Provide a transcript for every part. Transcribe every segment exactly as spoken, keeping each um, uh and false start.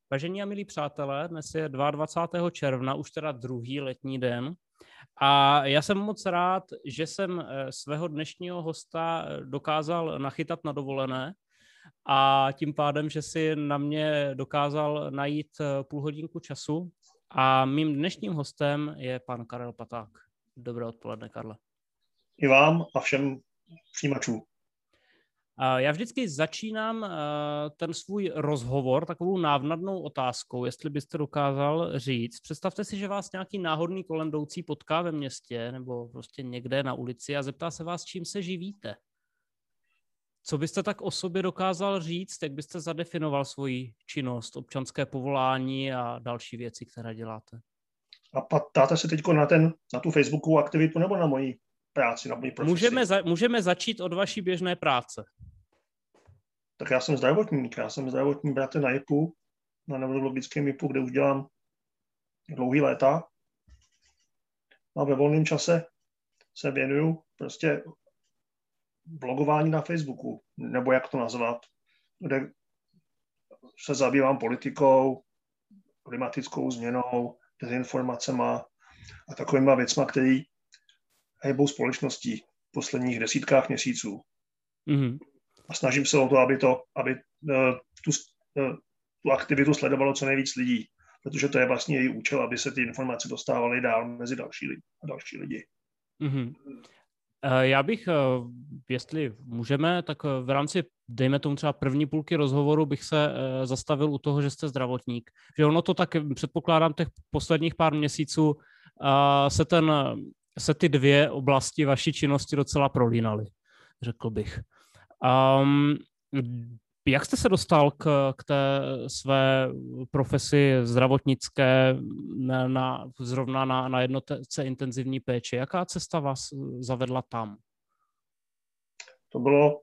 Vážení a milí přátelé, dnes je dvacátého druhého června, už teda druhý letní den. A já jsem moc rád, že jsem svého dnešního hosta dokázal nachytat na dovolené a tím pádem, že si na mě dokázal najít půl hodinku času. A mým dnešním hostem je pan Karel Paták. Dobré odpoledne, Karle. I vám a všem přijímačům. Já vždycky začínám ten svůj rozhovor takovou návnadnou otázkou, jestli byste dokázal říct. Představte si, že vás nějaký náhodný kolem jdoucí potká ve městě nebo prostě někde na ulici a zeptá se vás, čím se živíte. Co byste tak o sobě dokázal říct, jak byste zadefinoval svoji činnost, občanské povolání a další věci, které děláte? A ptáte se teď na, ten, na tu Facebookovou aktivitu nebo na moji práci, na moji profesi? Můžeme, za, můžeme začít od vaší běžné práce. Tak já jsem zdravotník, já jsem zdravotní bratr na JIPu, na neurologickém JIPu, kde už dělám dlouhý léta. A ve volném čase se věnuju prostě blogování na Facebooku, nebo jak to nazvat, kde se zabývám politikou, klimatickou změnou, dezinformacema a takovýma věcma, který hejbou společností v posledních desítkách měsíců. Mm-hmm. A snažím se o to, aby, to, aby uh, tu, uh, tu aktivitu sledovalo co nejvíc lidí, protože to je vlastně její účel, aby se ty informace dostávaly dál mezi další lidi a další lidi. Mm-hmm. Já bych, jestli můžeme, tak v rámci, dejme tomu třeba první půlky rozhovoru, bych se zastavil u toho, že jste zdravotník. Že ono to tak, předpokládám, těch posledních pár měsíců se, ten, se ty dvě oblasti vaší činnosti docela prolínaly, řekl bych. Um, jak jste se dostal k, k té své profesi zdravotnické na, na, zrovna na, na jednotce intenzivní péče? Jaká cesta vás zavedla tam? To bylo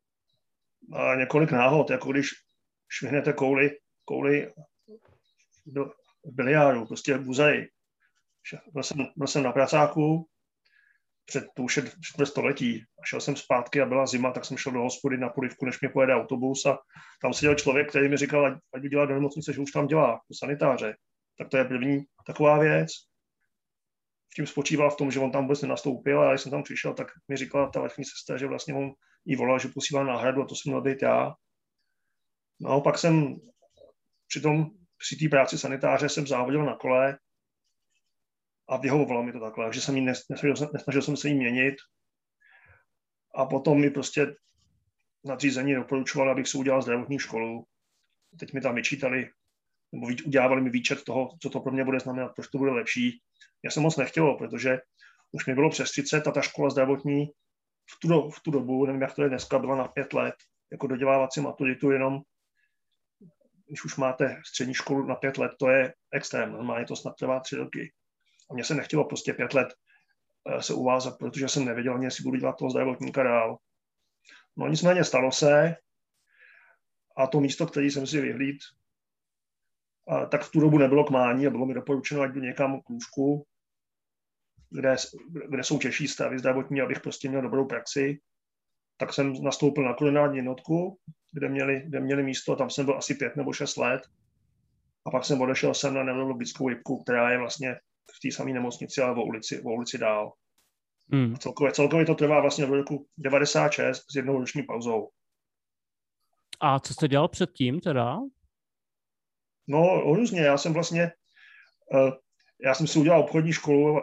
a, několik náhod, jako když švihnete kouli, kouli do biliáru, prostě v buzeji. Byl jsem, byl jsem na pracáku před to už je čtvrt století. A šel jsem zpátky a byla zima, tak jsem šel do hospody na polivku, než mě pojede autobus a tam seděl člověk, který mi říkal, ať by dělal do nemocnice, že už tam dělá, do sanitáře. Tak to je první taková věc. V tím spočíval v tom, že on tam vůbec nenastoupil a když jsem tam přišel, tak mi říkala ta vrchní sestra, že vlastně on jí volal, že posílá náhradu a to jsem měl být já. No pak jsem při tom, při té práci sanitáře jsem závodil na kole a vyhovovalo mi to takhle, že jsem jí nesnažil, nesnažil jsem se jí měnit. A potom mi prostě nadřízení doporučovali, abych si udělal zdravotní školu. Teď mi tam vyčítali, nebo udělávali mi výčet toho, co to pro mě bude znamenat, proč to bude lepší. Já jsem moc nechtěl, protože už mi bylo přes třicet a ta škola zdravotní v tu, do, v tu dobu, nevím, jak to je dneska, byla na pět let, jako dodělávací maturitu jenom, když už máte střední školu na pět let, to je extrém, normálně to snad trvá tři roky. A mně se nechtělo prostě pět let se uvázat, protože jsem nevěděl ani, jestli budu dělat toho zdravotníka dál. No nicméně stalo se a to místo, které jsem si vyhlídl, tak v tu dobu nebylo k mání a bylo mi doporučeno, ať jdu někam k lůžku, kde, kde jsou těžší stavy zdravotní, abych prostě měl dobrou praxi. Tak jsem nastoupil na koronární jednotku, kde měli, kde měli místo, tam jsem byl asi pět nebo šest let. A pak jsem odešel sem na neurologickou jipku, která je vlastně v té samé nemocnici, ale o ulici, o ulici dál. Hmm. A celkově, celkově to trvá vlastně do roku devadesát šest s jednou roční pauzou. A co jste dělal předtím teda? No, různě. Já jsem vlastně, uh, já jsem si udělal obchodní školu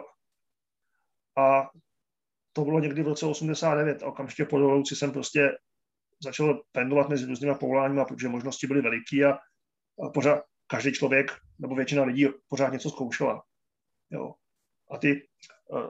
a to bylo někdy v roce osmdesát devět a okamžitě po revoluci jsem prostě začal pendlovat mezi různýma povoláníma, protože možnosti byly veliký a, a pořád každý člověk nebo většina lidí pořád něco zkoušela. Jo. A ty, uh,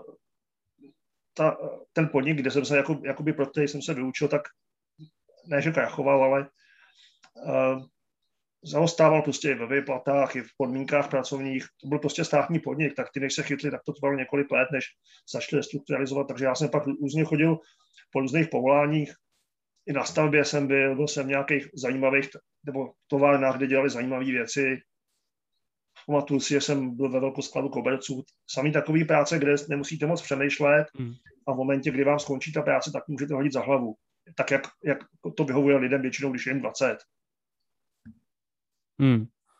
ta, ten podnik, kde jsem se, jako, jakoby pro který jsem se vyučil, tak ne, že krachoval, ale uh, zaostával prostě i ve výplatách, i v podmínkách pracovních. To byl prostě státní podnik, tak ty, než se chytli, tak to trvalo několik let, než začali restrukturalizovat. Takže já jsem pak různě chodil po různých povoláních. I na stavbě jsem byl, byl jsem v nějakých zajímavých, nebo továrnách, kde dělali zajímavé věci. Pamatuju si, že jsem byl ve velkoskladu koberců. Samý takový práce, kde nemusíte moc přemýšlet hmm. a v momentě, kdy vám skončí ta práce, tak můžete hodit za hlavu. Tak, jak, jak to vyhovuje lidem většinou, když je jim dvacet. Hmm.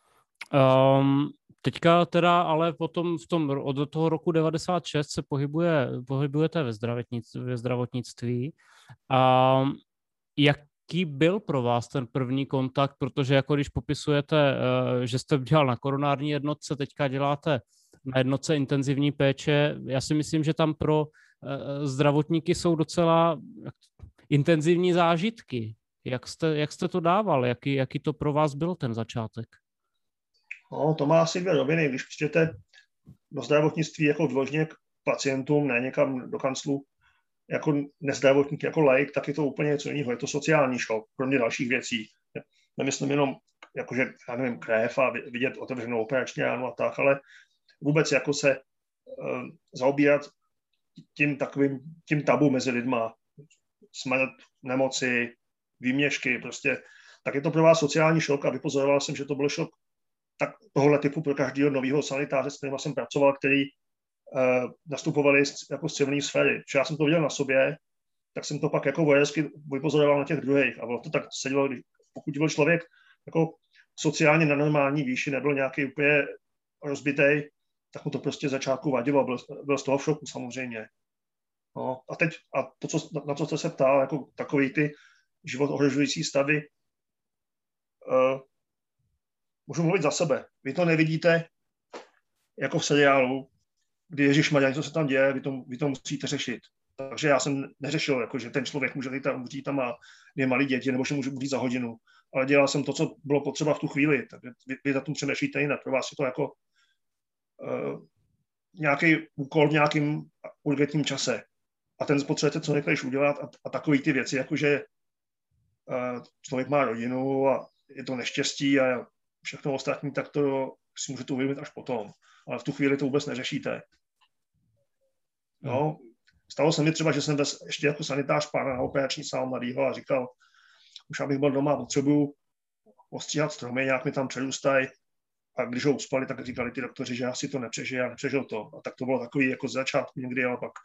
Um, teďka teda, ale potom v tom, od toho roku devadesát šest se pohybuje, pohybujete ve zdravotnictví, ve zdravotnictví. A jaký byl pro vás ten první kontakt, protože jako když popisujete, že jste dělal na koronární jednotce, teďka děláte na jednotce intenzivní péče, já si myslím, že tam pro zdravotníky jsou docela intenzivní zážitky. Jak jste, jak jste to dával? Jaký, jaký to pro vás byl ten začátek? No, to má asi dvě roviny. Když přijdete do zdravotnictví jako vložně k pacientům, ne někam do kanclu, jako nezdravotník, jako laik, tak je to úplně něco jiného. Je to sociální šok, kromě dalších věcí. Nemyslím jenom, jakože, já nevím, krev a vidět otevřenou operační ránu a tak, ale vůbec jako se uh, zaobírat tím takovým, tím tabu mezi lidma. Smrt, nemoci, výměšky, prostě. Tak je to pro vás sociální šok a vypozoroval jsem, že to byl šok tak tohohle typu pro každého nového sanitáře, s kterým jsem pracoval, který uh, nastupovali z, jako z civilní sféry. Když já jsem to viděl na sobě, tak jsem to pak jako vojenský vypozoroval na těch druhých. A bylo to tak sedělo, pokud byl člověk jako sociálně na normální výši, nebyl nějaký úplně rozbitej, tak mu to prostě začátku vadilo. Byl, byl z toho v šoku samozřejmě. No, a teď, a to, co, na co jste se ptal, jako takový ty život ohrožující stavy, uh, můžu mluvit za sebe. Vy to nevidíte jako v seriálu, kdy ježišmarja, něco se tam děje, vy to, vy to musíte řešit. Takže já jsem neřešil, jako, že ten člověk může tam umřít, tam má dvě malé děti, nebo že může umřít za hodinu. Ale dělal jsem to, co bylo potřeba v tu chvíli. Takže vy, vy za tom přemýšlíte jinak. Pro vás je to jako uh, nějaký úkol v nějakým urgentním čase. A ten potřebujete co nejrychlejš udělat a, a takový ty věci, jako že uh, člověk má rodinu a je to neštěstí a všechno ostatní, tak to si můžete uvědomit až potom. Ale v tu chvíli to vůbec neřešíte. No, stalo se mi třeba, že jsem ves, ještě jako sanitář pána na operační sál mladýho a říkal, už abych byl doma, potřebuju ostříhat stromy, nějak mi tam přerůstají. A když ho uspali, tak říkali ty doktoři, že já si to nepřežiju, já nepřežil to. A tak to bylo takový jako z začátku někdy, ale pak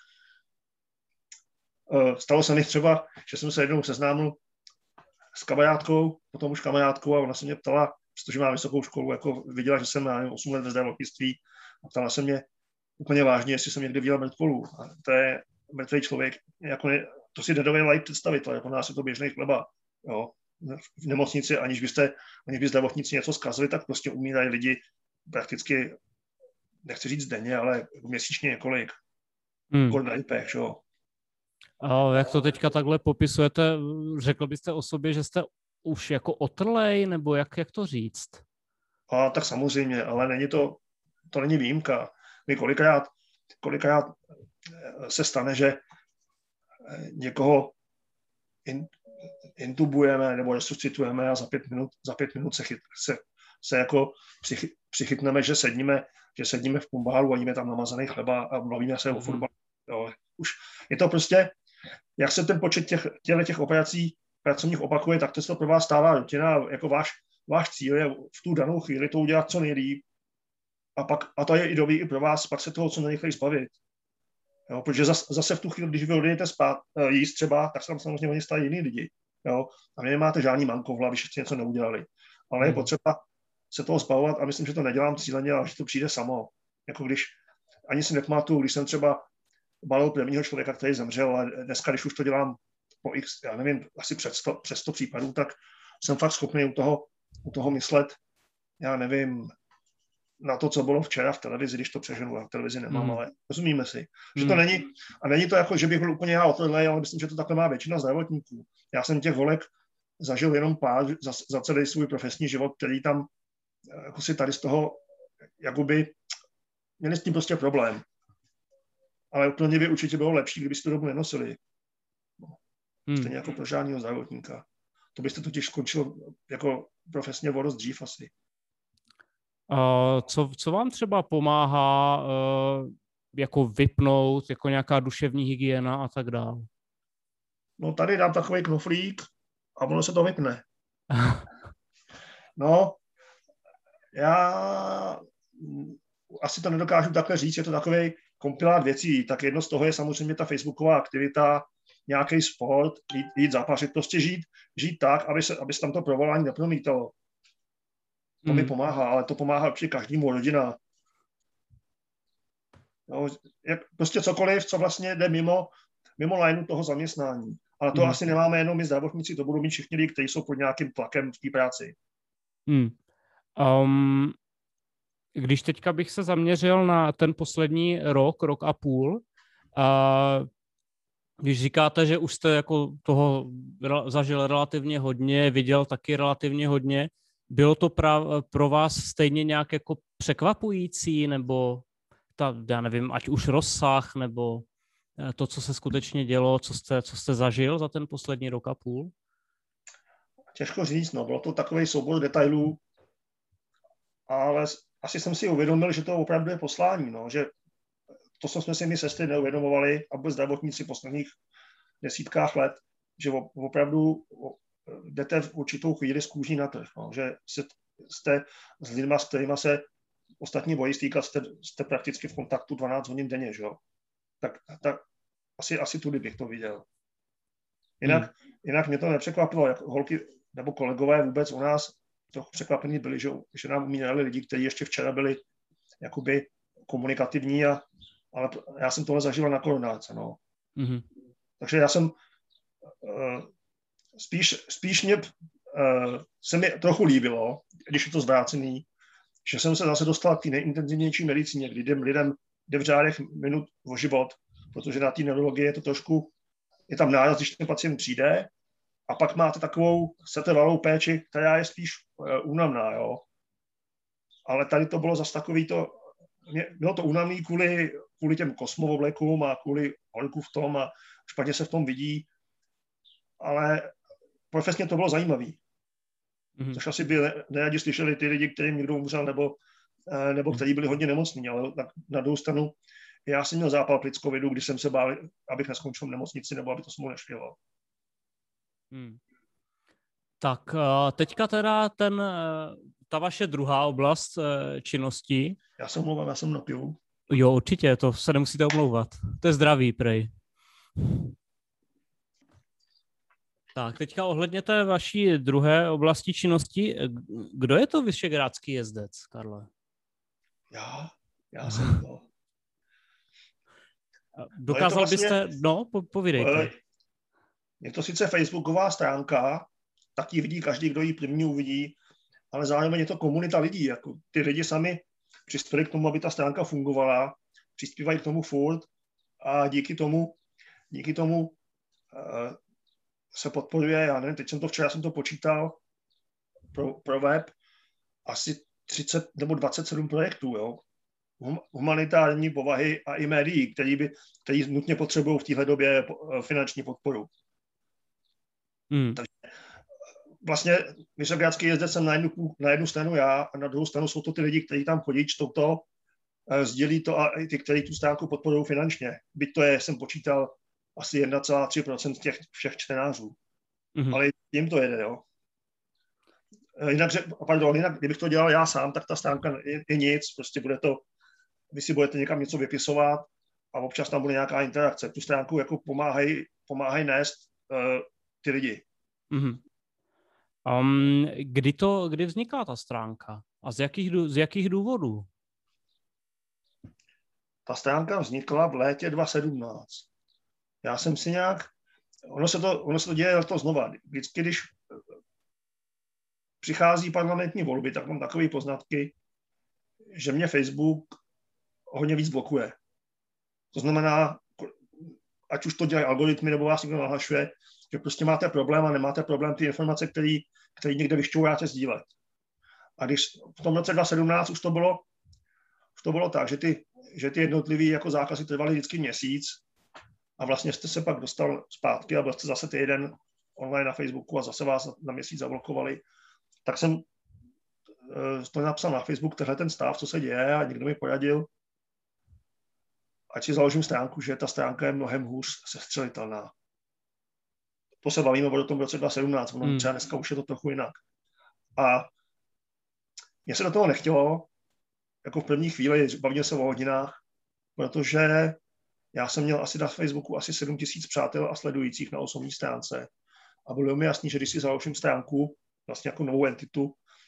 uh, stalo se mi třeba, že jsem se jednou seznámil s kamarádkou, potom už kamarádkou a ona se mě ptala, protože má vysokou školu, jako viděla, že jsem má osm let ve zdravotnictví a ptala se mě úplně vážně, jestli jsem někdy viděl mrtvolu. A to je mrtvý člověk, jako ne, to si nedovedla představit, ale jako nás je to běžný chleba. Jo. V nemocnici, aniž byste, aniž by zdravotníci něco zkazili, tak prostě umírají lidi prakticky, nechci říct denně, ale měsíčně několik. Hmm. Pech, jo. A jak to teďka takhle popisujete, řekl byste o sobě, že jste už jako otrlej, nebo jak, jak to říct? A tak samozřejmě, ale není to, to není výjimka. My kolikrát, kolikrát se stane, že někoho in, intubujeme nebo resuscitujeme a za pět minut, za pět minut se, chyt, se, se jako přichy, přichytneme, že sedíme, že sedíme v pumbálu a jíme tam namazaný chleba a mluvíme se mm-hmm. o fotbalu. Jo. Už je to prostě, jak se ten počet těch, těch operací pracovních opakuje, tak to se to pro vás stává rutina, jako váš, váš cíl je v tu danou chvíli to udělat co nejlíp. A, pak, a to je i dobrý i pro vás, pak se toho co nejrychleji zbavit. Jo, protože zase, zase v tu chvíli, když vy odjdete spát, jíst třeba, tak se tam samozřejmě oni stají jiný lidi. Jo? A vy nemáte žádný manko v hlavě, že jste něco neudělali. Ale je potřeba se toho zbavovat a myslím, že to nedělám cíleně, ale že to přijde samo. Jako když, ani si nepamatuju, když jsem třeba balil prvního člověka, který zemřel, a dneska, když už to dělám po x, já nevím, asi přes sto, přes sto případů, tak jsem fakt schopný u toho, u toho myslet, já nevím, na to, co bylo včera v televizi, když to přeženu, já v televizi nemám, mm. ale rozumíme si, že to mm. není, a není to jako, že bych byl úplně já otrlej, ale myslím, že to takhle má většina zdravotníků. Já jsem těch volek zažil jenom pár za, za celý svůj profesní život, který tam jako si tady z toho, jakoby, měli s tím prostě problém. Ale úplně by určitě bylo lepší, kdybyste tu dobu nenosili. No. Stejně jako pro žádného zdravotníka. To byste totiž skončil jako profesně o dost dřív asi. Uh, co, co vám třeba pomáhá uh, jako vypnout, jako nějaká duševní hygiena a tak dále? No tady dám takový knoflík a ono se to vypne. No, já asi to nedokážu takhle říct, je to takový kompilát věcí. Tak jedno z toho je samozřejmě ta facebooková aktivita, nějaký sport, jít, jít zapařit, prostě žít, žít tak, aby se, aby se tam to provolání nepromítalo. To mi pomáhá, ale to pomáhá určitě každému, rodina. No, jak, prostě cokoliv, co vlastně jde mimo, mimo lineu toho zaměstnání. Ale to mm. asi nemáme jenom my zdravotníci, to budou mít všichni lidi, kteří jsou pod nějakým tlakem v té práci. Mm. Um, když teďka bych se zaměřil na ten poslední rok, rok a půl, uh, když říkáte, že už jste jako toho zažil relativně hodně, viděl taky relativně hodně, bylo to pra, pro vás stejně nějak jako překvapující, nebo ta, já nevím, ať už rozsah, nebo to, co se skutečně dělo, co jste, co jste zažil za ten poslední rok a půl? Těžko říct, no, bylo to takový soubor detailů, ale asi jsem si uvědomil, že to opravdu je poslání, no, že to, co jsme si my sestry neuvědomovali, a vůbec zdravotníci v posledních desítkách let, že opravdu jdete v určitou chvíli z kůží na trh, no, že jste s lidma, s kterýma se ostatní bojí stýkat, jste, jste prakticky v kontaktu dvanáct hodin denně, že jo? Tak, tak asi, asi tudy bych to viděl. Jinak, hmm. jinak mě to nepřekvapilo, jak holky nebo kolegové vůbec u nás trochu překvapení byli, že, že nám umírali lidi, kteří ještě včera byli jakoby komunikativní, a, ale já jsem tohle zažil na koronárce, no. Hmm. Takže já jsem uh, spíš, spíš mě uh, se mi trochu líbilo, když je to zvrácený, že jsem se zase dostal k té nejintenzivnější medicíně, kdy jdem lidem jde v řádech minut o život, protože na té neurologii je to trošku, je tam náraz, když ten pacient přijde, a pak máte takovou setrvalou péči, která je spíš uh, únavná, jo. Ale tady to bylo zase takový to, bylo to únavný kvůli, kvůli těm kosmovlekům a kvůli holku v tom a špatně se v tom vidí, ale profesně to bylo zajímavý. Mm-hmm. Což asi by neradi slyšeli ty lidi, kterým někdo umřel, nebo, nebo kteří byli hodně nemocní, ale na, na druhou stranu já jsem měl zápal plic-covidu, když jsem se bál, abych neskončil v nemocnici, nebo aby to se mu nešlo. Hmm. Tak teďka teda ten, ta vaše druhá oblast činnosti. Já se omlouvám, já jsem napiju. Jo, určitě, to se nemusíte omlouvat. To je zdraví, prej. Tak, teďka ohledně té vaší druhé oblasti činnosti, kdo je to vyšegrádský jezdec, Karle? Já, já jsem to. Dokázal no vlastně, byste, no, po, povídejte. Je to sice facebooková stránka, tak ji vidí každý, kdo ji první uvidí, ale zároveň je to komunita lidí. Jako ty lidi sami přispěli k tomu, aby ta stránka fungovala, přispívají k tomu furt a díky tomu, díky tomu uh, se podporuje, já nevím, teď jsem to včera jsem to počítal pro, pro web, asi třicet nebo dvacet sedm projektů, jo. Humanitární povahy a i médií, který, by, který nutně potřebují v téhle době finanční podporu. Hmm. Takže vlastně vyšegrádský jezdec jsem na jednu, na jednu stranu já a na druhou stranu jsou to ty lidi, kteří tam chodí, čtou to, sdělí to a i ty, kteří tu stránku podporují finančně. Byť to je, jsem počítal, asi jedna celá tři procenta těch všech čtenářů. Mm-hmm. Ale jim to jede, jo. Jinak, pardon, jinak, kdybych to dělal já sám, tak ta stránka je, je nic, prostě bude to, vy si budete někam něco vypisovat a občas tam bude nějaká interakce. Tu stránku jako pomáhají pomáhaj nést uh, ty lidi. Mm-hmm. Um, kdy to, kdy vzniká ta stránka? A z jakých, z jakých důvodů? Ta stránka vznikla v létě dva tisíce sedmnáct. Já jsem si nějak, ono se to, ono se to děje to znova. Vždycky, když přichází parlamentní volby, tak mám takové poznatky, že mě Facebook hodně víc blokuje. To znamená, ať už to dělají algoritmy, nebo vás někdo nahlašuje, že prostě máte problém a nemáte problém ty informace, které který někde vyšťouváte sdílet. A když v tom roce dva tisíce sedmnáct už to bylo, už to bylo tak, že ty, že ty jednotlivý jako zákazy trvaly vždycky měsíc a vlastně jste se pak dostal zpátky a byl jste zase týden online na Facebooku a zase vás na měsíc zablokovali. Tak jsem to napsal na Facebook, tenhle ten stav, co se děje, a někdo mi poradil, ať si založím stránku, že ta stránka je mnohem hůř sestřelitelná. To se bavíme o tom roce dva tisíce sedmnáct, ono hmm. třeba dneska už je to trochu jinak. A mně se do toho nechtělo, jako v první chvíli, bavíme se o hodinách, protože já jsem měl asi na Facebooku asi sedm tisíc přátel a sledujících na osobní stránce. A bylo mi jasný, že když si založím stránku, vlastně jako novou entitu,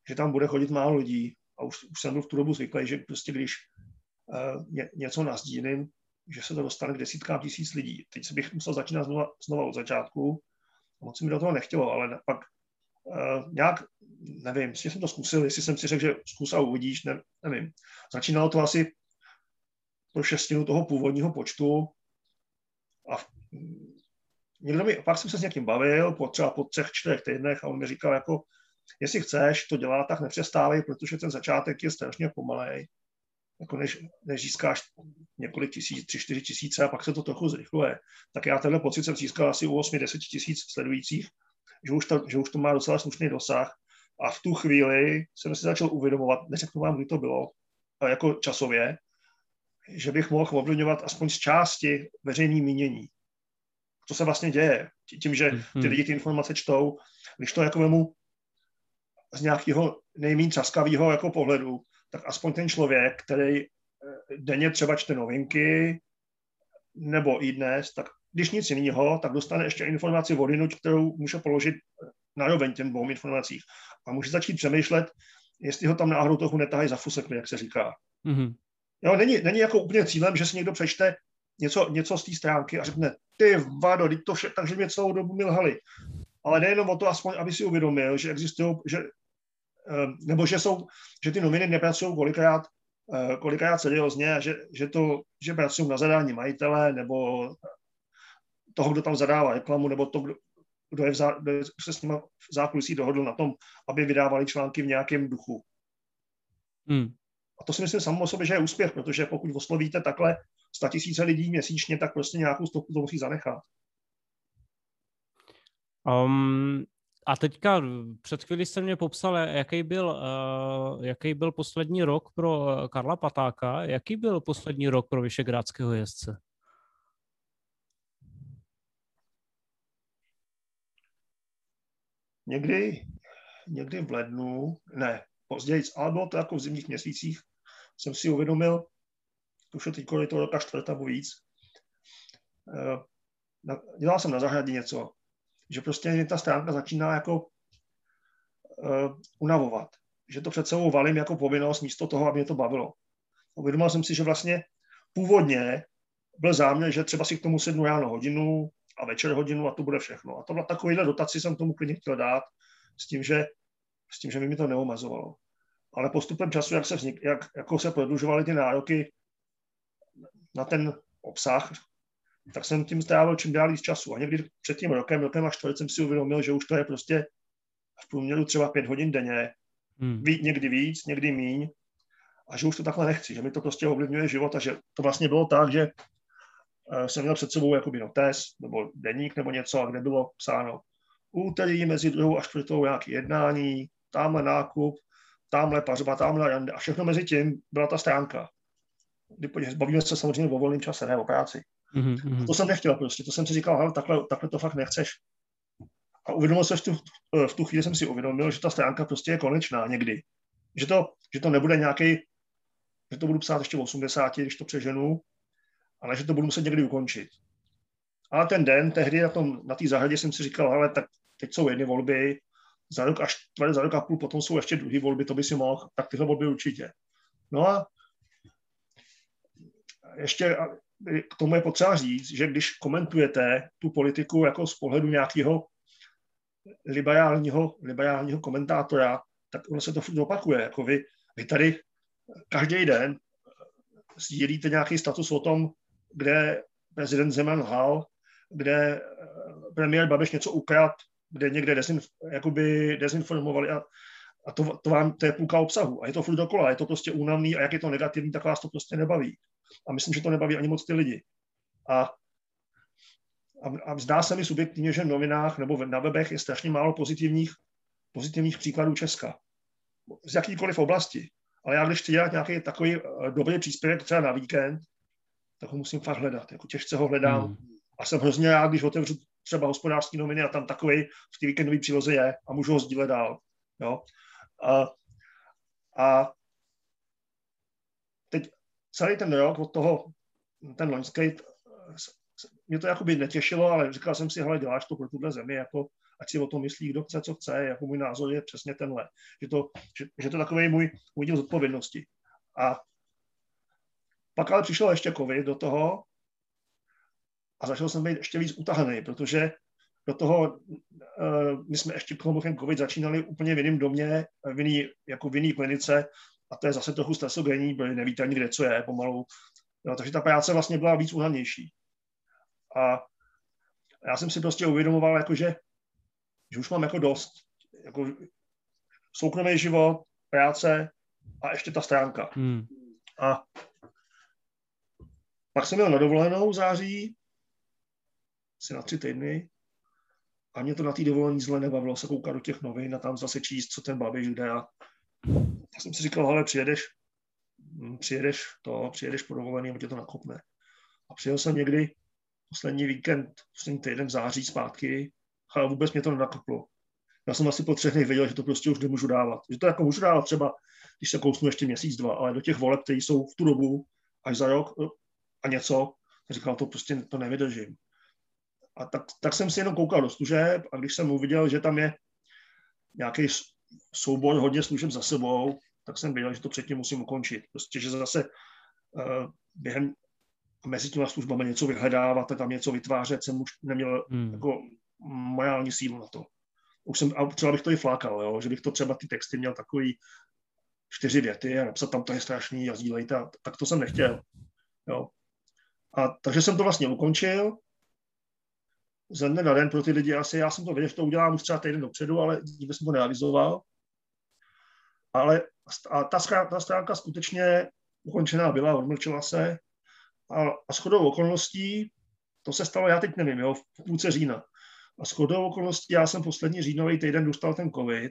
že tam bude chodit málo lidí. A už, už jsem byl v tu dobu zvyklý, že prostě když uh, ně, něco nasdílím, že se to dostane k desítkám tisíc lidí. Teď bych musel začínat znova, znova od začátku. Moc mi do toho nechtělo, ale pak uh, nějak, nevím, jestli jsem to zkusil, jestli jsem si řekl, že zkus a uvidíš, ne, nevím. Začínalo to asi pro šestinu toho původního počtu a v, někdo mi, pak jsem se s někým bavil, po třeba po třech, čtyřech týdnech a on mi říkal, jako, jestli chceš to dělat, tak nepřestávej, protože ten začátek je strašně pomalej. Jako než, než získáš několik tisíc, tři, čtyři tisíce a pak se to trochu zrychluje. Tak já tenhle pocit jsem získal asi u osm deset tisíc sledujících, že už, to, že už to má docela slušný dosah. A v tu chvíli jsem si začal uvědomovat, neřeknu vám, kdy to bylo, jako časově, že bych mohl ovlivňovat aspoň z části veřejné mínění. Co se vlastně děje? Tím, že ty lidi ty informace čtou, když to jako vemu z nějakého nejméně třaskavého jako pohledu, tak aspoň ten člověk, který denně třeba čte novinky nebo i dnes, tak když nic jiného, tak dostane ještě informaci odjinud, kterou může položit na roveň těm dvou informacích. A může začít přemýšlet, jestli ho tam náhodou trochu netahají za fusek, jak se říká. Mm-hmm. Jo, není, není jako úplně cílem, že si někdo přečte něco, něco z té stránky a řekne, ty vado, teď to vše, takže mě celou dobu mi lhali. Ale nejenom o to, aspoň, aby si uvědomil, že existují, že, nebo že jsou, že ty noviny nepracují kolikrát, kolikrát seriózně a že, že, to, že pracují na zadání majitele nebo toho, kdo tam zadává reklamu, nebo to, kdo, kdo, je v zá, kdo se s nimi v zákulisí dohodl na tom, aby vydávali články v nějakém duchu. Hmm. A to si myslím samo o sobě, že je úspěch, protože pokud oslovíte takhle sto tisíc lidí měsíčně, tak prostě nějakou stopu to musí zanechat. Um, a teďka před chvíli jste mě popsal, jaký byl, uh, jaký byl poslední rok pro Karla Patáka. Jaký byl poslední rok pro Vyšehrádského jezdce? Někdy, někdy v lednu, ne, později, ale bylo to jako v zimních měsících, jsem si uvědomil, už je teď je to roka čtvrt nebo víc, dělal jsem na zahradě něco, že prostě mě ta stránka začíná jako uh, unavovat, že to před sebou valím jako povinnost místo toho, aby mě to bavilo. Uvědomil jsem si, že vlastně původně byl záměr, že třeba si k tomu sednu ráno hodinu a večer hodinu a to bude všechno. A to byla takovýhle dotaci jsem tomu klidně chtěl dát s tím, že, s tím, že by mi to neomezovalo. Ale postupem času, jak se, vznik, jak, jako se prodlužovaly ty nároky na ten obsah, tak jsem tím strávil čím dál víc času. A někdy před tím rokem, rokem a čtvrt jsem si uvědomil, že už to je prostě v průměru třeba pět hodin denně, hmm. Ví, někdy víc, někdy míň, a že už to takhle nechci, že mi to prostě ovlivňuje život a že to vlastně bylo tak, že uh, jsem měl před sebou jakoby notes, nebo deník, nebo něco, kde bylo psáno úterý mezi druhou a čtvrtou nějaké jednání, tamhle nákup, tamhle pařba, tamhle rande a všechno mezi tím byla ta stránka. Bavíme se samozřejmě o volném čase, ne o práci. Mm-hmm. A to jsem nechtěl prostě, to jsem si říkal, hele, takhle, takhle to fakt nechceš. A uvědomil jsem, v tu, v tu chvíli jsem si uvědomil, že ta stránka prostě je konečná někdy. Že to, že to nebude nějaký, že to budu psát ještě v osmdesáti, když to přeženu, ale že to budu muset někdy ukončit. Ale ten den, tehdy na tom, na té zahradě jsem si říkal, hele, tak teď jsou jedny volby, za rok až za rok a půl potom jsou ještě druhé volby, to by si mohl, tak tyhle volby určitě. No a ještě k tomu je potřeba říct, že když komentujete tu politiku jako z pohledu nějakého liberálního, liberálního komentátora, tak ono se to furt opakuje. Jako vy, vy tady každý den sdílíte nějaký status o tom, kde prezident Zeman lhal, kde premiér Babiš něco ukradl, kde někde dezinf, jakoby dezinformovali a, a to, to, vám, to je půlka obsahu. A je to furt dokola, je to prostě únavný a jak je to negativní, tak vás to prostě nebaví. A myslím, že to nebaví ani moc ty lidi. A, a, a zdá se mi subjektivně, že v novinách nebo na webech je strašně málo pozitivních, pozitivních příkladů Česka. Z jakýkoliv oblasti. Ale já když chci dělat nějaký takový dobrý příspěvek třeba na víkend, tak ho musím fakt hledat. Jako těžce ho hledám. Hmm. A jsem hrozně rád, když otevřu třeba Hospodářské noviny a tam takový v té víkendové příloze je a můžu ho sdílet dál. Jo? A, a teď celý ten rok od toho, ten loňský, mě to jakoby netěšilo, ale říkal jsem si, hele, děláš to pro tuhle zemi, jako, ať si o tom myslí, kdo chce, co chce, jako můj názor je přesně tenhle. Že to, že, že to takový můj, můj díl zodpovědnosti. A pak ale přišel ještě covid do toho a začal jsem být ještě víc utahaný, protože do toho, uh, my jsme ještě k tomu ten covid začínali úplně v jiném domě, v jiný, jako v jiný klinice a to je zase trochu stresogenní, protože nevíte ani kde, co je pomalu. No, takže ta práce vlastně byla víc unavější. A já jsem si prostě uvědomoval, jako že, že už mám jako dost. Jako soukromý život, práce a ještě ta stránka. Hmm. A pak jsem měl na dovolenou v září, asi na tři týdny, a mě to na té dovolení zle nebavilo se koukat do těch novin a tam zase číst, co ten Babiš jde. A tak jsem si říkal, hele, přijedeš, přijedeš to, přijedeš po dovolený a tě to nakopne. A přijel jsem někdy poslední víkend, poslední týden v září zpátky, ale vůbec mě to nenakoplo. Já jsem asi po třech dnech věděl, že to prostě už nemůžu dávat. Že to jako můžu dávat třeba, když se kousnu ještě měsíc, dva, ale do těch voleb, které jsou v tu dobu, až za rok a něco, říkal, to prostě to nevydržím. A tak, tak jsem si jenom koukal do služeb a když jsem uviděl, že tam je nějaký soubor hodně služeb za sebou, tak jsem věděl, že to předtím musím ukončit. Prostě, že zase uh, během mezi těma službami něco vyhledávat a tam něco vytvářet, jsem už neměl hmm. jako morální sílu na to. Už jsem, a třeba bych to i flákal, jo? Že bych to třeba ty texty měl takový čtyři věty a napsat tam to je strašný a sdílejte, tak to jsem nechtěl. Jo? A takže jsem to vlastně ukončil. Ze dne na den pro ty lidi asi, já jsem to věděl, že to udělám už třeba týden dopředu, ale nikdy jsem to neavizoval. Ale a ta, ta stránka skutečně ukončená byla, odmlčila se a, a shodou okolností, to se stalo, já teď nevím, jo, v půlce října. A shodou okolností já jsem poslední říjnový týden dostal ten covid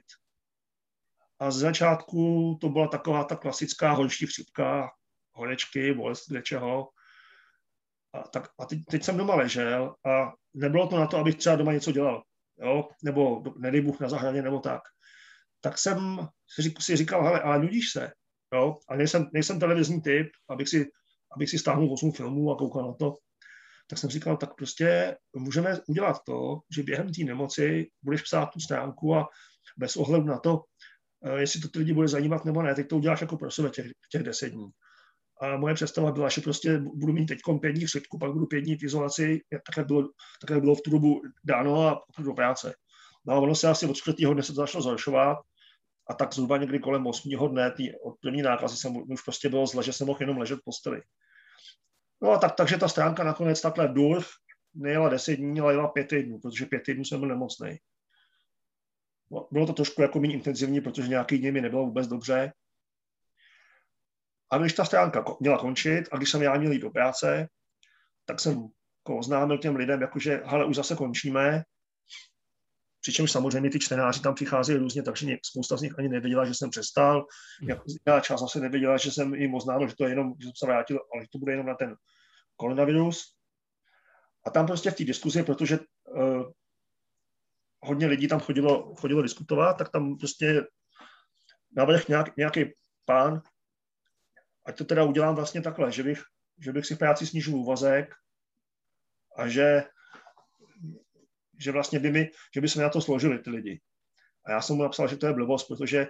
a z začátku to byla taková ta klasická horší chřipka, horečky, bolest něčeho. A, tak, a teď, teď jsem doma ležel a nebylo to na to, abych třeba doma něco dělal, jo? Nebo nedej Bůh na zahradě, nebo tak. Tak jsem si říkal, hele, ale nudíš se, jo? A nejsem, nejsem televizní typ, abych si, abych si stáhnul osm filmů a koukal na to. Tak jsem říkal, tak prostě můžeme udělat to, že během té nemoci budeš psát tu stránku a bez ohledu na to, jestli to ty lidi bude zajímat nebo ne, teď to uděláš jako pro sebe těch, těch deset dní. A moje představa byla, že prostě budu mít teď pět dní chřipku, pak budu pět dní v izolaci, takhle bylo, takhle bylo v tu dobu dáno a pak do práce. No a ono se asi od čtvrtého dne se to začalo zhoršovat a tak zhruba někdy kolem osmého dne tý, od první nákazy jsem už prostě bylo zle, že jsem mohl jenom ležet v posteli. No a tak, takže ta stránka nakonec takhle dur nejela deset dní, ale jela pět dnů, protože pět dnů jsem byl nemocnej. No, bylo to trošku jako méně intenzivní, protože nějaký dny mi nebylo vůbec dobře. A když ta stránka měla končit a když jsem já měl jít do práce, tak jsem oznámil těm lidem, jakože, hele, už zase končíme. Přičemž samozřejmě ty čtenáři tam přichází různě, takže spousta z nich ani nevěděla, že jsem přestal. Já část zase nevěděla, že jsem jim oznámil, že to je jenom, že jsem se vrátil, ale že to bude jenom na ten koronavirus. A tam prostě v té diskuzi, protože uh, hodně lidí tam chodilo, chodilo diskutovat, tak tam prostě navrch nějak, nějaký pán, ať to teda udělám vlastně takhle, že bych, že bych si v práci snížil úvazek a že, že vlastně by mi, že by se mi na to složili ty lidi. A já jsem mu napsal, že to je blbost, protože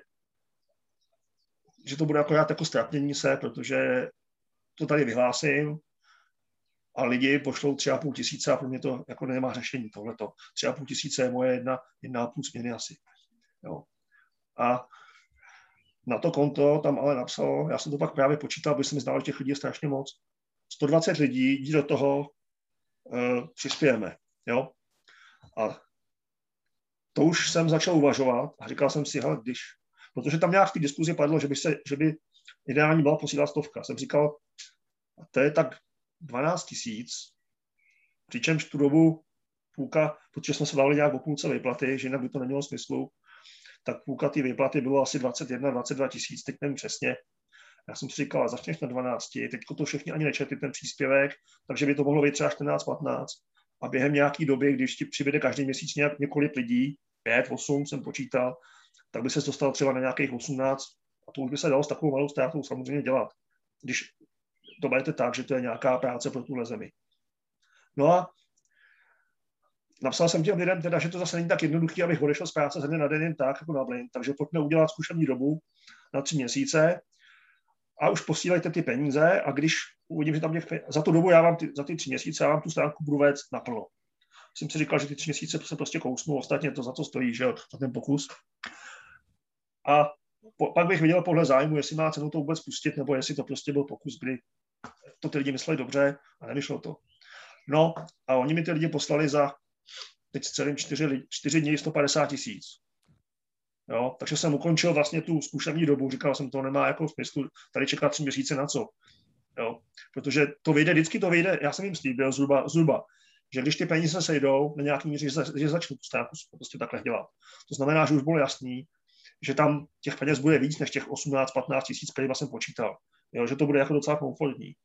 že to bude akorát jako strapnění se, protože to tady vyhlásím a lidi pošlou tři a půl tisíce a pro mě to jako nemá řešení tohleto. Tři a půl tisíce je moje jedna, jedna a půl směny asi. Jo. A na to konto tam ale napsalo, já jsem to pak právě počítal, aby se mi zdálo, že těch lidí je strašně moc. sto dvacet lidí, jdi do toho, uh, přispějeme. Jo? A to už jsem začal uvažovat a říkal jsem si, hele, když, protože tam nějak v té diskuzi padlo, že by, se, že by ideální byla posílat stovka. Jsem říkal, to je tak dvanáct tisíc, přičemž tu dobu půlka, protože jsme se dali nějak o půlce výplaty, že jinak by to nemělo smyslu, tak půlka té výplaty bylo asi dvacet jedna dvacet dva tisíc, teď nevím přesně. Já jsem si říkal, začneš na dvanácti, teď to všichni ani nečetli ten příspěvek, takže by to mohlo být třeba čtrnáct patnáct. A během nějaké doby, když ti přibude každý měsíc nějak několik lidí, pět, osm jsem počítal, tak by se dostal třeba na nějakých osmnáct a to už by se dalo s takovou malou ztrátou samozřejmě dělat. Když to berete tak, že to je nějaká práce pro tuhle zemi. No a napsal jsem těm lidem teda, že to zase není tak jednoduché, abych odešel z práce ze dne na den jen tak, jako na blin, takže pojďme udělat zkušební dobu na tři měsíce a už posílejte ty peníze a když uvidím, že tam těch peníze, za tu dobu já vám ty, za ty tři měsíce já vám tu stránku budu vést naplno. Jsem si říkal, že ty tři měsíce se prostě kousnu, ostatně to za to stojí, že jo, za ten pokus. A po, pak bych viděl podle zájmu, jestli má cenu to vůbec pustit, nebo jestli to prostě byl pokus, kdy to ty lidi mysleli dobře a nevyšlo to. No a oni mi ty lidi poslali za teď celým čtyři, čtyři dny sto padesát tisíc. Jo, takže jsem ukončil vlastně tu zkušební dobu, říkal jsem, to nemá jako smysl tady čekat tři měsíce na co. Jo, protože to vyjde, vždycky to vyjde, já jsem jim slíbil zhruba, zhruba že když ty peníze sejdou na nějaký míře, že, že začnu tu stránku prostě takhle dělat. To znamená, že už bylo jasný, že tam těch peněz bude víc než těch osmnáct patnáct tisíc, kterýma jsem počítal. Jo, že to bude jako docela komfortní.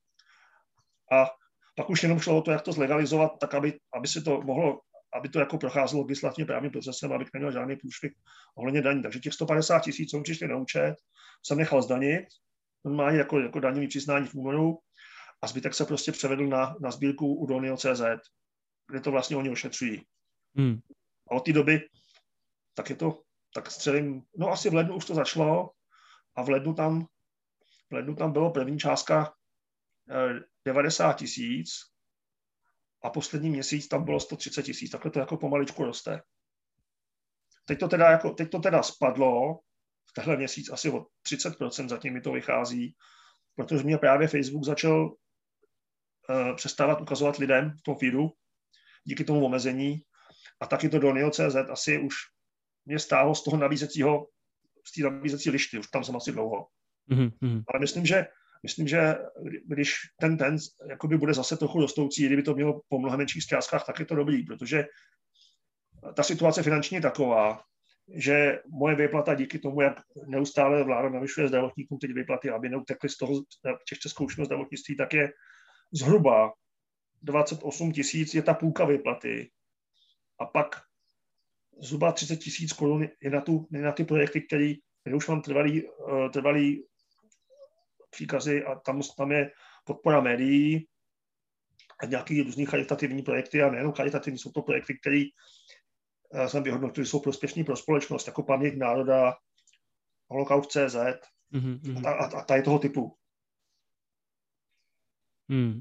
A pak už jenom šlo o to, jak to zlegalizovat, tak aby, aby se to mohlo, aby to jako procházelo legislativně právním procesem, abych neměl žádný průšvih ohledně daní. Takže těch sto padesát tisíc, co mi přišli na účet, jsem nechal zdanit, normálně jako, jako daňový přiznání v únoru a zbytek se prostě převedl na, na sbírku u Donio tečka cé zet, kde to vlastně oni ošetřují. Hmm. A od té doby, tak je to, tak střelím, no asi v lednu už to začalo a v lednu tam, v lednu tam bylo první částka eh, devadesát tisíc a poslední měsíc tam bylo sto třicet tisíc. Takhle to jako pomaličku roste. Teď to teda, jako, teď to teda spadlo, v tenhle měsíc asi o třicet procent zatím mi to vychází, protože mě právě Facebook začal uh, přestávat ukazovat lidem v tom feedu díky tomu omezení a taky to Donio tečka cé zet asi už mě stálo z toho nabízecího, z té nabízecí lišty, už tam jsem asi dlouho. Mm-hmm. Ale myslím, že Myslím, že když ten ten jakoby bude zase trochu rostoucí, kdyby to mělo po mnohem menších částkách, tak je to dobrý, protože ta situace finanční je taková, že moje výplata díky tomu, jak neustále vláda navyšuje zdravotníkům teď výplaty, aby neutekli z toho těžce zkoušeného zdravotnictví, tak je zhruba dvacet osm tisíc je ta půlka výplaty a pak zhruba třicet tisíc korun je na, tu, je na ty projekty, které už mám trvalý, trvalý příkazy a tam, tam je podpora médií a nějaký různý charitativní projekty a nejenom charitativní, jsou to projekty, které jsem vyhodnotil, jsou prospěšní pro společnost, jako Paměť národa, Holokaust tečka cé zet mm-hmm. a, a, a tady toho typu. Hmm.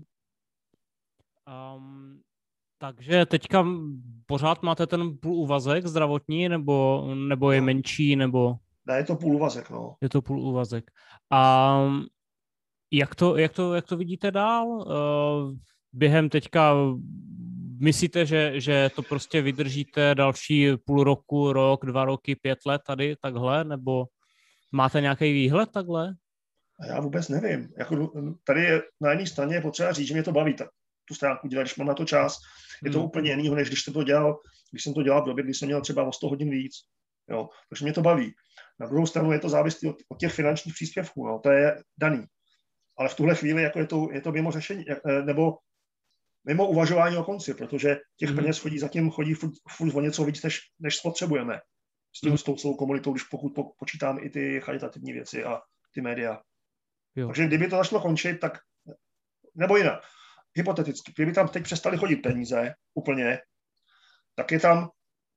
Um, takže teďka pořád máte ten půlúvazek zdravotní, nebo, nebo je no. menší, nebo... Ne, je to půlúvazek, no. Je to půlúvazek. A jak to, jak to, jak to vidíte dál? Uh, během teďka myslíte, že, že to prostě vydržíte další půl roku, rok, dva roky, pět let tady takhle, nebo máte nějaký výhled takhle? Já vůbec nevím. Jako, tady je, na jedné straně je potřeba říct, že mě to baví tak, tu stránku dělat, když mám na to čas. Je to hmm. úplně jinýho, než když jsem to dělal, když jsem to dělal v době, když jsem měl třeba o sto hodin víc. Jo, takže mě to baví. Na druhou stranu je to závislé od, od těch finančních příspěvků, no, to je daný. Ale v tuhle chvíli jako je, to, je to mimo řešení, nebo mimo uvažování o konci, protože těch mm. peněz chodí zatím chodí furt, furt o něco víc, než, než spotřebujeme. S tím, mm. s tou celou komunitou, když pokud po, počítám i ty charitativní věci a ty média. Jo. Takže kdyby to začalo končit, tak, nebo jinak, hypoteticky, kdyby tam teď přestali chodit peníze úplně, tak je tam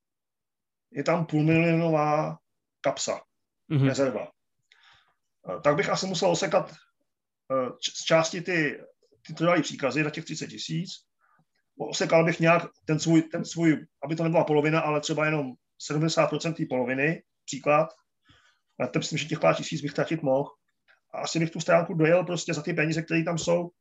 je tam půlmilionová kapsa, mm-hmm. rezerva. Tak bych asi musel osekat z části ty, ty trvalý příkazy na těch třicet tisíc. Osekal bych nějak ten svůj, ten svůj, aby to nebyla polovina, ale třeba jenom sedmdesát procent té poloviny, příklad. A to myslím, že těch pár tisíc bych tratit mohl. A asi bych tu stránku dojel prostě za ty peníze, které tam jsou,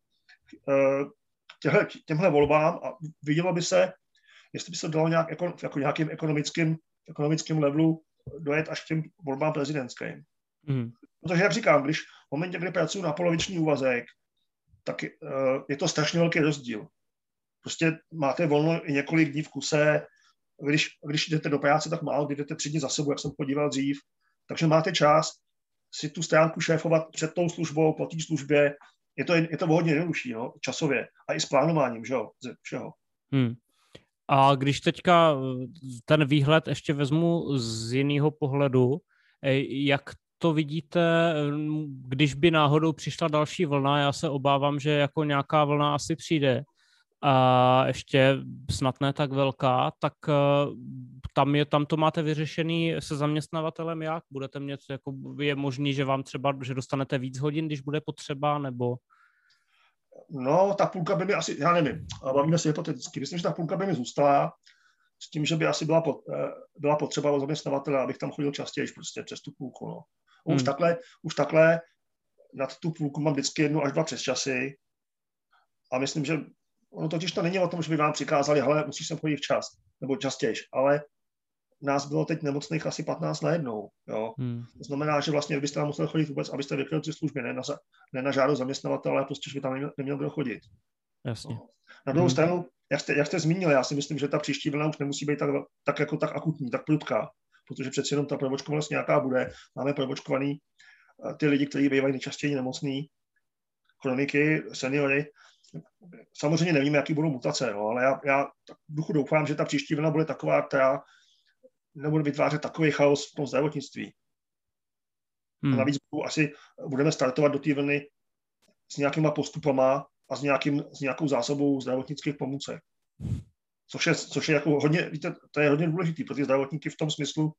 těhle, těmhle volbám a vidělo by se, jestli by se dalo nějak, jako, jako nějakým ekonomickým, ekonomickým levelu dojet až k těm volbám prezidentským. Mm. Protože, jak říkám, když v momentě, kdy pracuji na poloviční úvazek, tak uh, je to strašně velký rozdíl. Prostě máte volno i několik dní v kuse, když, když jdete do práce, tak málo, kdy jdete tři dny za sebou, jak jsem podíval dřív, takže máte čas si tu stránku šéfovat před tou službou, po té službě, je to, je to hodně jednodušší, no, časově a i s plánováním, že jo, ze všeho. Hmm. A když teďka ten výhled ještě vezmu z jiného pohledu, jak to vidíte, když by náhodou přišla další vlna, já se obávám, že jako nějaká vlna asi přijde, a ještě snad ne tak velká, tak tam, je, tam to máte vyřešený se zaměstnavatelem jak? Budete mít, jako je možný, že vám třeba, že dostanete víc hodin, když bude potřeba, nebo? No, ta půlka by mi asi, já nevím, bavíme se hypoteticky, myslím, že ta půlka by mi zůstala s tím, že by asi byla, pot, byla potřeba od zaměstnavatele, abych tam chodil častěji prostě přes tu půlku. No. Už, hmm. takhle, už takhle nad tu půlku mám vždycky jednu až dva přesčasy a myslím, že ono totiž to není o tom, že by vám přikázali, hele, musíš sem chodit včas, nebo častějš, ale nás bylo teď nemocných asi patnáct najednou. Jo. Hmm. To znamená, že vlastně byste tam museli chodit vůbec, abyste vykryli ty služby, ne na, ne na žádost zaměstnavatele, ale prostě, že by tam neměl, neměl kdo chodit. Jasně. No. Na druhou hmm. stranu, jak jste, jak jste zmínil, já si myslím, že ta příští vlna už nemusí být tak, tak, jako, tak akutní, tak prudká, protože přeci jenom ta proočkovanost nějaká bude. Máme proočkovaný ty lidi, kteří bývají nejčastěji nemocní, chroniky, seniory. Samozřejmě nevíme, jaký budou mutace, no, ale já, já v duchu doufám, že ta příští vlna bude taková, která nebude vytvářet takový chaos v tom zdravotnictví. Hmm. A navíc asi budeme startovat do té vlny s nějakýma postupama a s, nějakým, s nějakou zásobou zdravotnických pomůcek. Což je, což je jako hodně, víte, to je hodně důležitý pro ty zdravotníky v tom smyslu,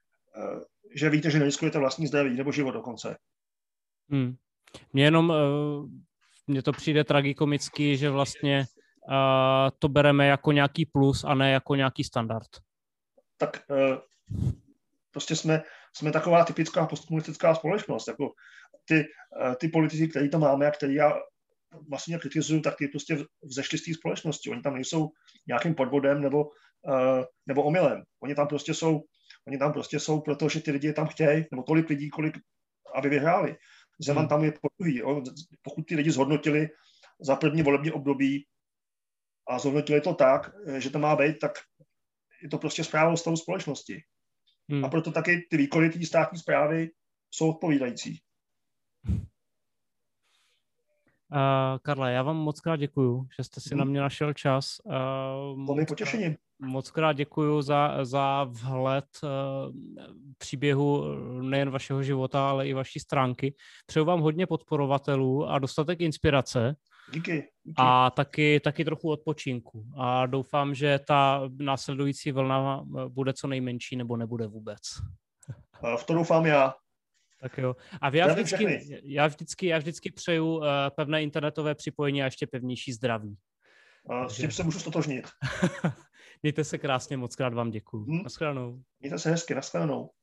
že víte, že neriskujete vlastní zdraví nebo život dokonce. Hmm. Mně jenom, mně to přijde tragikomicky, že vlastně to bereme jako nějaký plus a ne jako nějaký standard. Tak prostě jsme, jsme taková typická postkomunistická společnost. Jako ty, ty politici, který to máme a který já vlastně kritizuju, tak ty prostě vzešli z té společnosti. Oni tam nejsou nějakým podvodem nebo, nebo omylem. Oni tam prostě jsou, oni tam prostě jsou, protože ty lidi je tam chtějí, nebo tolik lidí, kolik, aby vyhráli. Zeman hmm. tam je podruhý. Pokud ty lidi zhodnotili za první volební období a zhodnotili to tak, že to má být, tak je to prostě správou stavu společnosti. Hmm. A proto taky ty výkony té státní správy jsou odpovídající. Uh, Karle, já vám moc krát děkuju, že jste si hmm. na mě našel čas. Uh, to mi potěšením. Moc krát děkuju za, za vhled uh, příběhu nejen vašeho života, ale i vaší stránky. Přeju vám hodně podporovatelů a dostatek inspirace. Díky. díky. A taky, taky trochu odpočinku. A doufám, že ta následující vlna bude co nejmenší nebo nebude vůbec. Uh, v to doufám já. Tak jo. A já vždycky, já vždycky, já vždycky přeju uh, pevné internetové připojení a ještě pevnější zdraví. Uh, s tím se můžu stotožnit. Mějte se krásně, moc krát vám děkuju. Hmm. Naschledanou. Mějte se hezky, naschledanou.